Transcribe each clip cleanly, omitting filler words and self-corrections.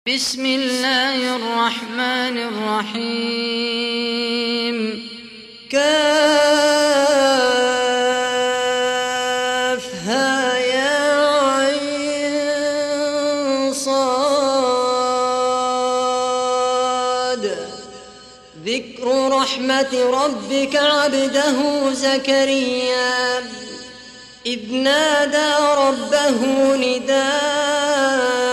بسم الله الرحمن الرحيم كافها يا عين صاد ذكر رحمة ربك عبده زكريا إذ نادى ربه نداء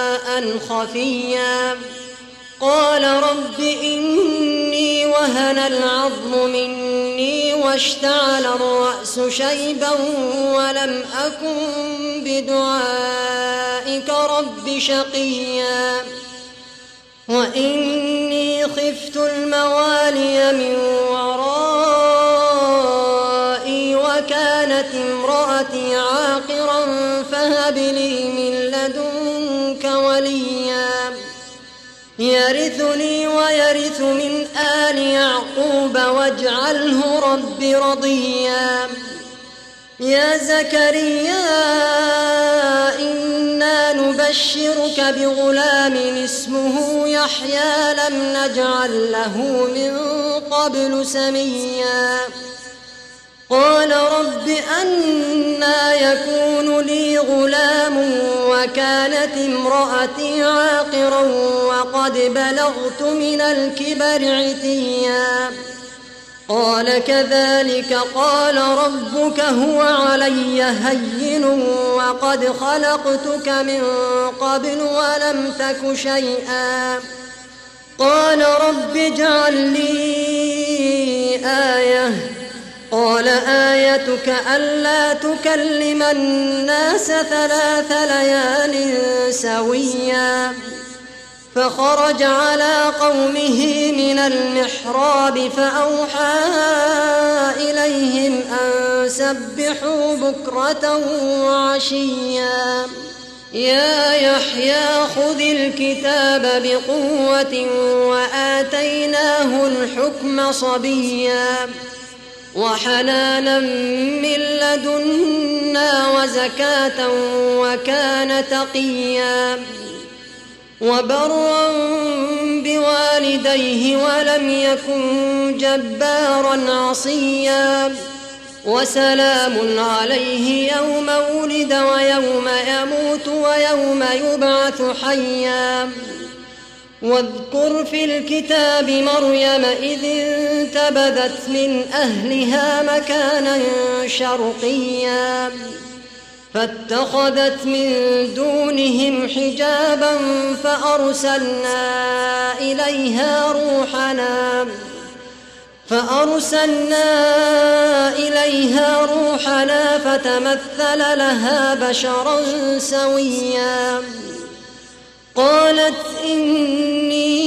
خفيا قال رب إني وهن العظم مني واشتعل الرأس شيبا ولم أكن بدعائك رب شقيا وإني خفت الموالي من ورائي وكانت امرأتي عاقرا فهب لي من لدنك وليا يرثني ويرث من آل يعقوب واجعله رب رضيا يا زكريا إنا نبشرك بغلام اسمه يحيى لم نجعل له من قبل سميا قال رب أنى يكون لي غلام وكانت امرأتي عاقرا وقد بلغت من الكبر عتيا قال كذلك قال ربك هو علي هين وقد خلقتك من قبل ولم تك شيئا قال رب اجعل لي آية قال آيتك ألا تكلم الناس 3 ليال سويا فخرج على قومه من المحراب فأوحى إليهم أن سبحوا بكرة وعشيا يا يحيى خذ الكتاب بقوة وآتيناه الحكم صبيا وحنانا من لدنا وزكاة وكان تقيا وبرا بوالديه ولم يكن جبارا عصيا وسلام عليه يوم ولد ويوم يموت ويوم يبعث حيا واذكر في الكتاب مريم إذ انتبذت من أهلها مكانا شرقيا فاتخذت من دونهم حجابا فأرسلنا إليها روحنا فتمثل لها بشرا سويا قالت إني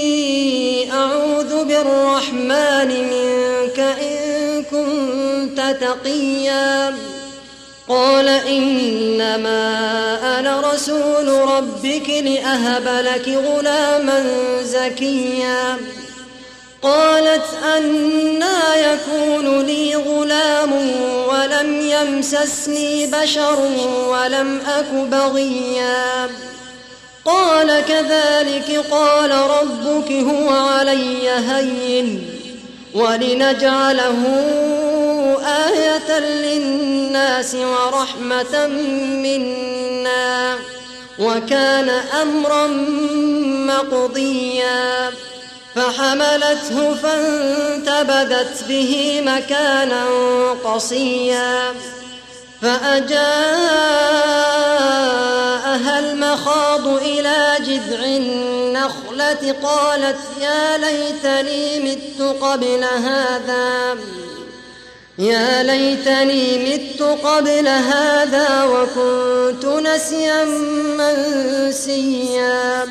أعوذ بالرحمن منك إن كنت تقيا قال إنما أنا رسول ربك لأهب لك غلاما زكيا قالت أنى يكون لي غلام ولم يمسسني بشر ولم أك بغيا قال كذلك قال ربك هو علي هين ولنجعله آية للناس ورحمة منا وكان أمرا مقضيا فحملته فانتبذت به مكانا قصيا فأجاءها المخاض إلى جذع النخلة قالت يا ليتني مت قبل هذا وكنت نسيا منسيا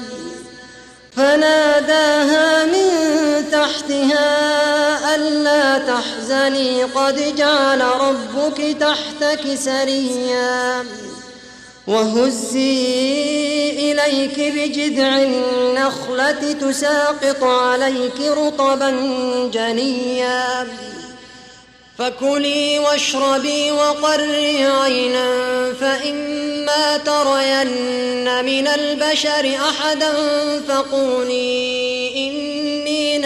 فناداها من تحتها ألا تحزني قد جعل ربك تحتك سريا وهزي إليك بجذع النخلة تساقط عليك رطبا جنيا فكلي واشربي وقري عينا فإما ترين من البشر أحدا فقولي إني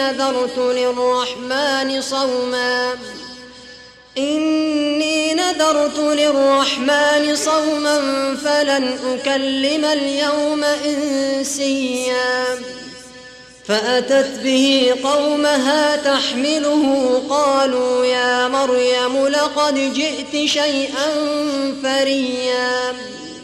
نذرت للرحمن صوما فلن أكلم اليوم إنسيا. فأتت به قومها تحمله قالوا يا مريم لقد جئت شيئا فريا.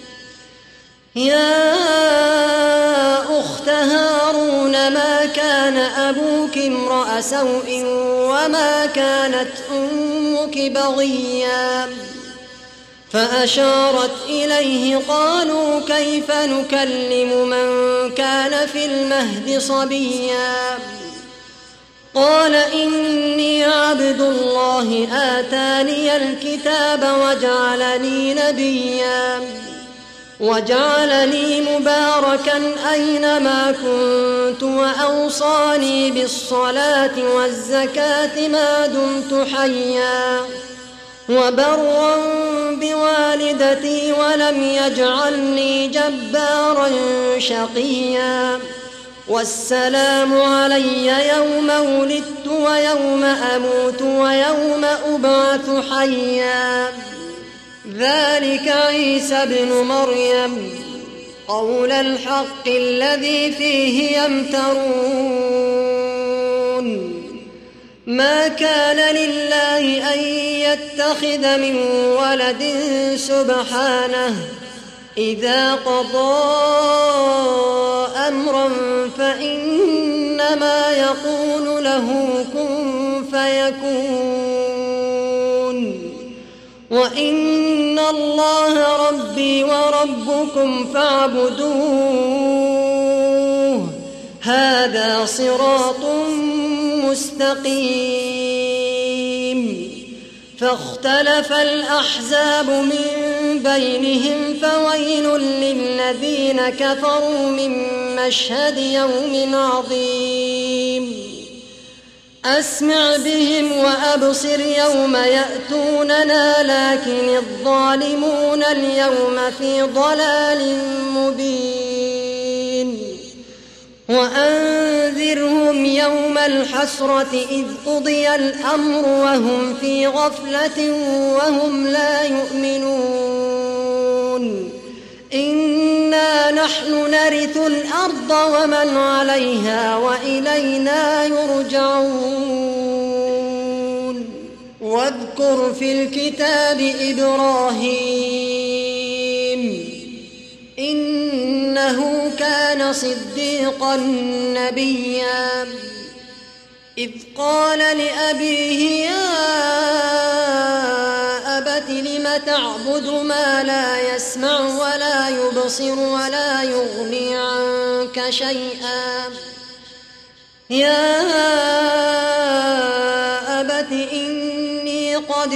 يا أخت هارون ما كان أبوك امرأ سوء وما كانت أمك بغيا. فأشارت إليه قالوا كيف نكلم من كان في المهد صبيا. قال إني عبد الله آتاني الكتاب وجعلني نبيا وجعلني مباركا أينما كنت وأوصاني بالصلاة والزكاة ما دمت حيا وبرا بوالدتي ولم يجعلني جبارا شقيا. والسلام علي يوم ولدت ويوم أموت ويوم أبعث حيا. ذلك عيسى ابن مريم قول الحق الذي فيه يمترون. ما كان لله أن يتخذ من ولد سبحانه إذا قضى أمرا فإنما يقول له كن فيكون. وإن الله ربي وربكم فاعبدوه هذا صراط مستقيم. فاختلف الأحزاب من بينهم فويل للذين كفروا من مشهد يوم عظيم. أسمع بهم وأبصر يوم يأتوننا لكن الظالمون اليوم في ضلال مبين. وأنذرهم يوم الحسرة إذ قضي الأمر وهم في غفلة وهم لا يؤمنون. إنا نحن نرث الأرض ومن عليها وإلينا يرجعون. واذكر في الكتاب إبراهيم إنه كان صديقا نبيا. إذ قال لأبيه يا أبت لم تعبد ما لا يسمع ولا يبصر ولا يغني عنك شيئا. يا أبت إني قد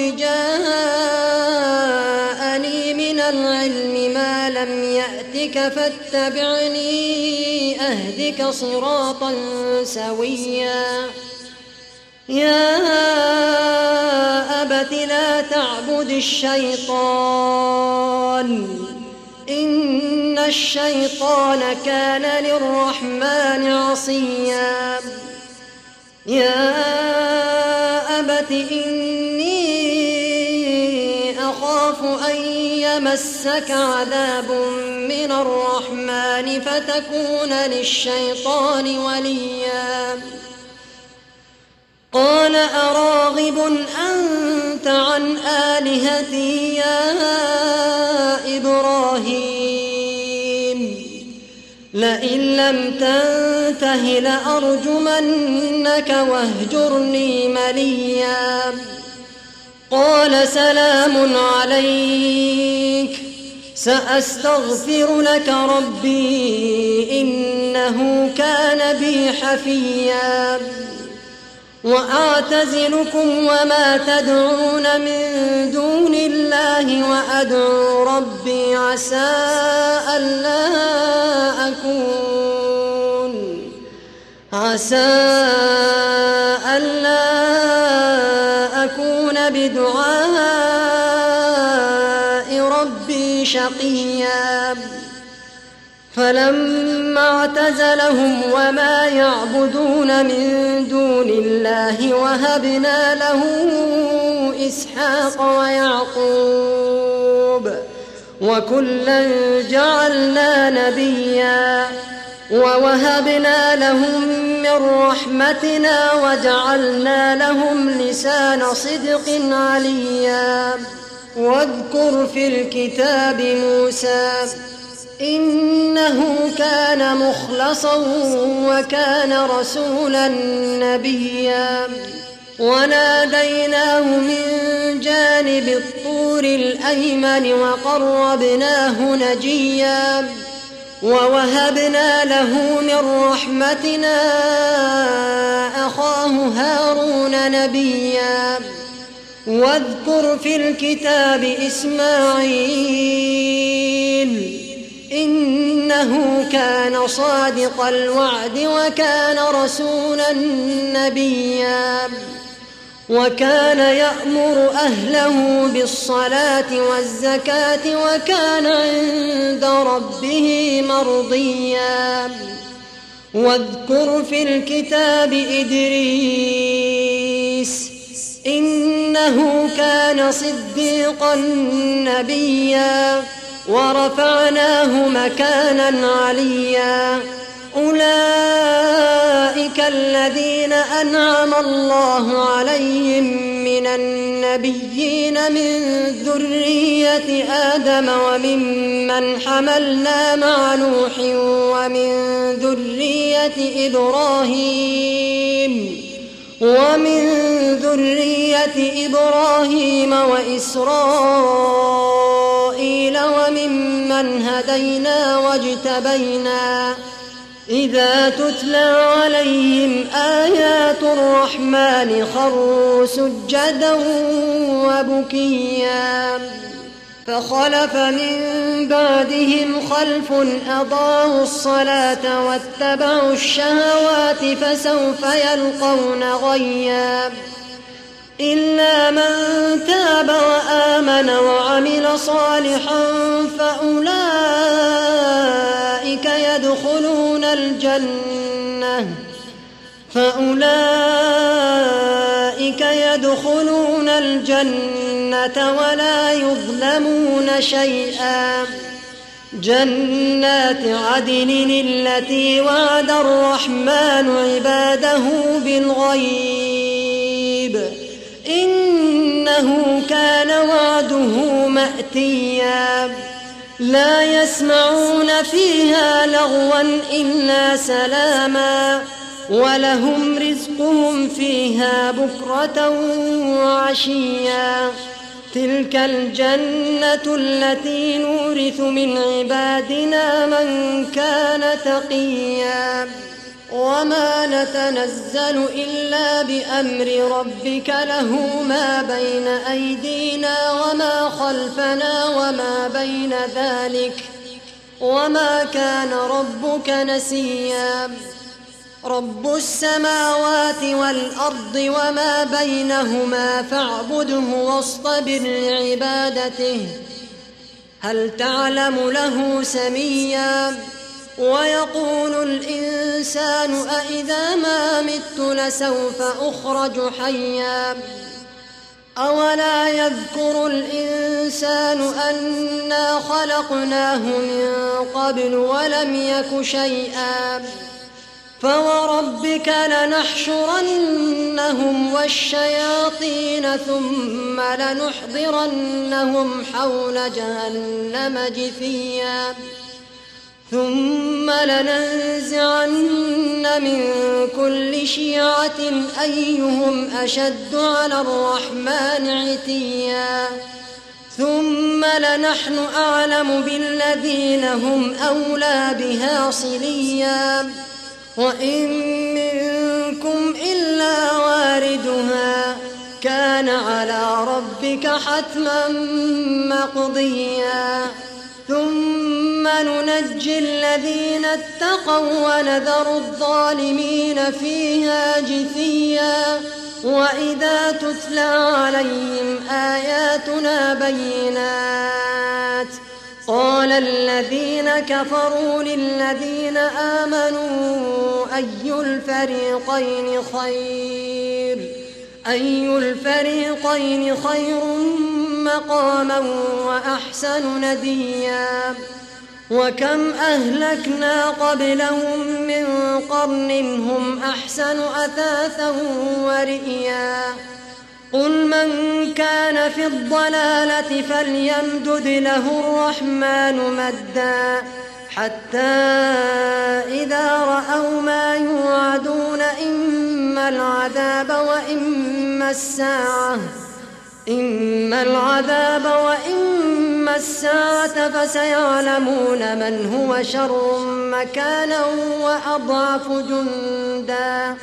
جاءني من العلم ما لم يأتك فاتبعني أهدك صراطا سويا. يا أبت لا تعبد الشيطان إن الشيطان كان للرحمن عصيا. يا أبت إني أخاف أن يمسك عذاب من الرحمن فتكون للشيطان وليا. قال أراغب أنت عن آلهتي يا إبراهيم لئن لم تنته لأرجمنك واهجرني مليا. قال سلام عليك سأستغفر لك ربي إنه كان بي حفيا. وأعتزلكم وما تدعون من دون الله وأدعو ربي عسى ألا أكون بدعاء ربي شقيا فلما اعتزلهم وما يعبدون من دون الله وهبنا له إسحاق ويعقوب وكلا جعلنا نبيا ووهبنا لهم من رحمتنا وجعلنا لهم لسان صدق عليا واذكر في الكتاب موسى إنه كان مخلصا وكان رسولا نبيا وناديناه من جانب الطور الأيمن وقربناه نجيا ووهبنا له من رحمتنا أخاه هارون نبيا واذكر في الكتاب إسماعيل إنه كان صادق الوعد وكان رسولا نبيا وكان يأمر أهله بالصلاة والزكاة وكان عند ربه مرضيا واذكر في الكتاب إدريس إنه كان صديقا نبيا ورفعناه مكانا عليا أولئك الذين أنعم الله عليهم من النبيين من ذرية آدم وممن حملنا مع نوح ومن ذرية إبراهيم وإسرائيل وممن هدينا واجتبينا إذا تتلى عليهم آيات الرحمن خروا سجدا وبكيا فخلف من بعدهم خلف أضاعوا الصلاة واتبعوا الشهوات فسوف يلقون غيا إلا من تاب وآمن وعمل صالحا فأولئك يدخلون الجنة ولا يظلمون شيئا جنات عدن التي وعد الرحمن عباده بالغيب إنه كان وعده مأتيا لا يسمعون فيها لغوا إلا سلاما ولهم رزقهم فيها بكرة وعشيا تلك الجنة التي نورث من عبادنا من كان تقيا وما نتنزل إلا بأمر ربك له ما بين أيدينا وما خلفنا وما بين ذلك وما كان ربك نسيا رب السماوات والأرض وما بينهما فاعبده واصطبر لعبادته هل تعلم له سميا ويقول الإنسان أإذا ما مت لسوف أخرج حيا أولا يذكر الإنسان أنا خلقناه من قبل ولم يك شيئا فوربك لنحشرنهم والشياطين ثم لنحضرنهم حول جهنم جثيا ثم لننزعن من كل شيعة أيهم أشد على الرحمن عتيا ثم لنحن أعلم بالذين هم أولى بها صليا وإن منكم إلا واردها كان على ربك حتما مقضيا ثم ننجي الذين اتقوا ونذر الظالمين فيها جثيا وإذا تتلى عليهم آياتنا بينات قال الذين كفروا للذين آمنوا أي الفريقين خير مقاما وأحسن نديا وكم أهلكنا قبلهم من قرن هم أحسن أثاثا ورئيا قل من كان في الضلالة فليمدد له الرحمن مدا حتى إذا رأوا ما يوعدون إما العذاب وإما الساعة فسيعلمون من هو شر مكانا وأضعف جندا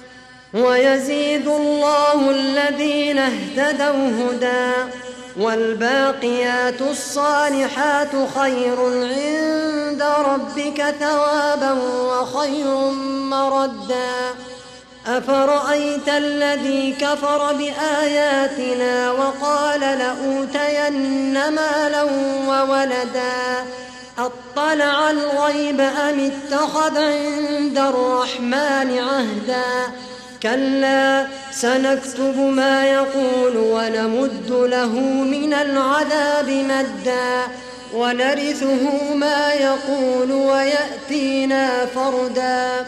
ويزيد الله الذين اهتدوا هدى والباقيات الصالحات خير عند ربك ثوابا وخير مردا أفرأيت الذي كفر بآياتنا وقال لأوتين مالا وولدا أطلع الغيب أم اتخذ عند الرحمن عهدا كلا سنكتب ما يقول ونمد له من العذاب مدا ونرثه ما يقول ويأتينا فردا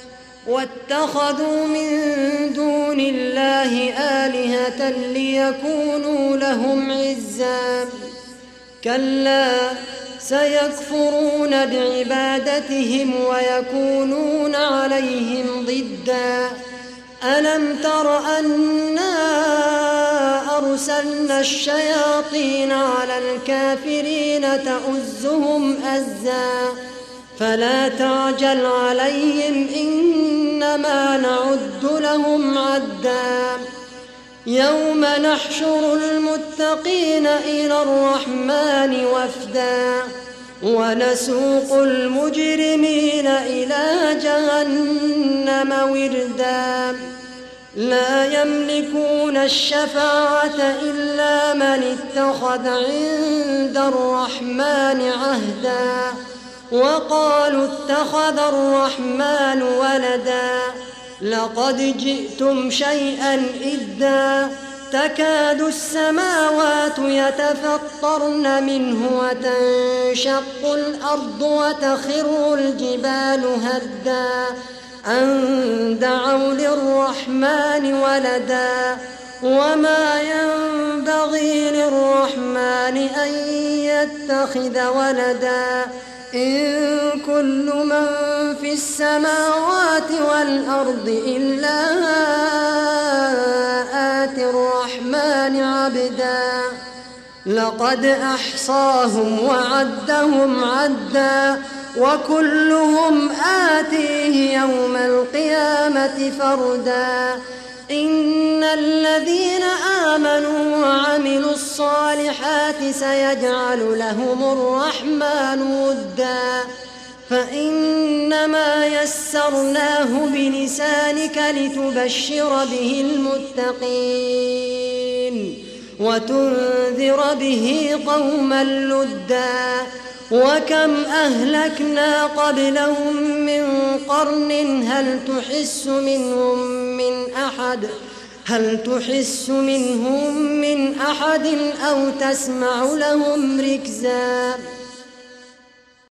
واتخذوا من دون الله آلهة ليكونوا لهم عزا كلا سيكفرون بعبادتهم ويكونون عليهم ضدا ألم تر أنا أرسلنا الشياطين على الكافرين تؤزهم أزا فلا تعجل عليهم إنما نعد لهم عدا يوم نحشر المتقين إلى الرحمن وفدا ونسوق المجرمين إلى جهنم وردا لا يملكون الشفاعة إلا من اتخذ عند الرحمن عهدا وقالوا اتخذ الرحمن ولدا لقد جئتم شيئا إدا تكاد السماوات يتفطرن منه وتنشق الأرض وتخر الجبال هدا أن دعوا للرحمن ولدا وما ينبغي للرحمن أن يتخذ ولدا إن كل من في السماوات والأرض إلا آتي الرحمن عبدا لقد أحصاهم وعدهم عدا وكلهم آتيه يوم القيامة فردا إن الذين آمنوا وعملوا الصالحات سيجعل لهم الرحمن ودا فإنما يسرناه بلسانك لتبشر به المتقين وتنذر به قوما لدا وكم أهلكنا قبلهم من قرن هل تحس منهم من أحد أو تسمع لهم ركزا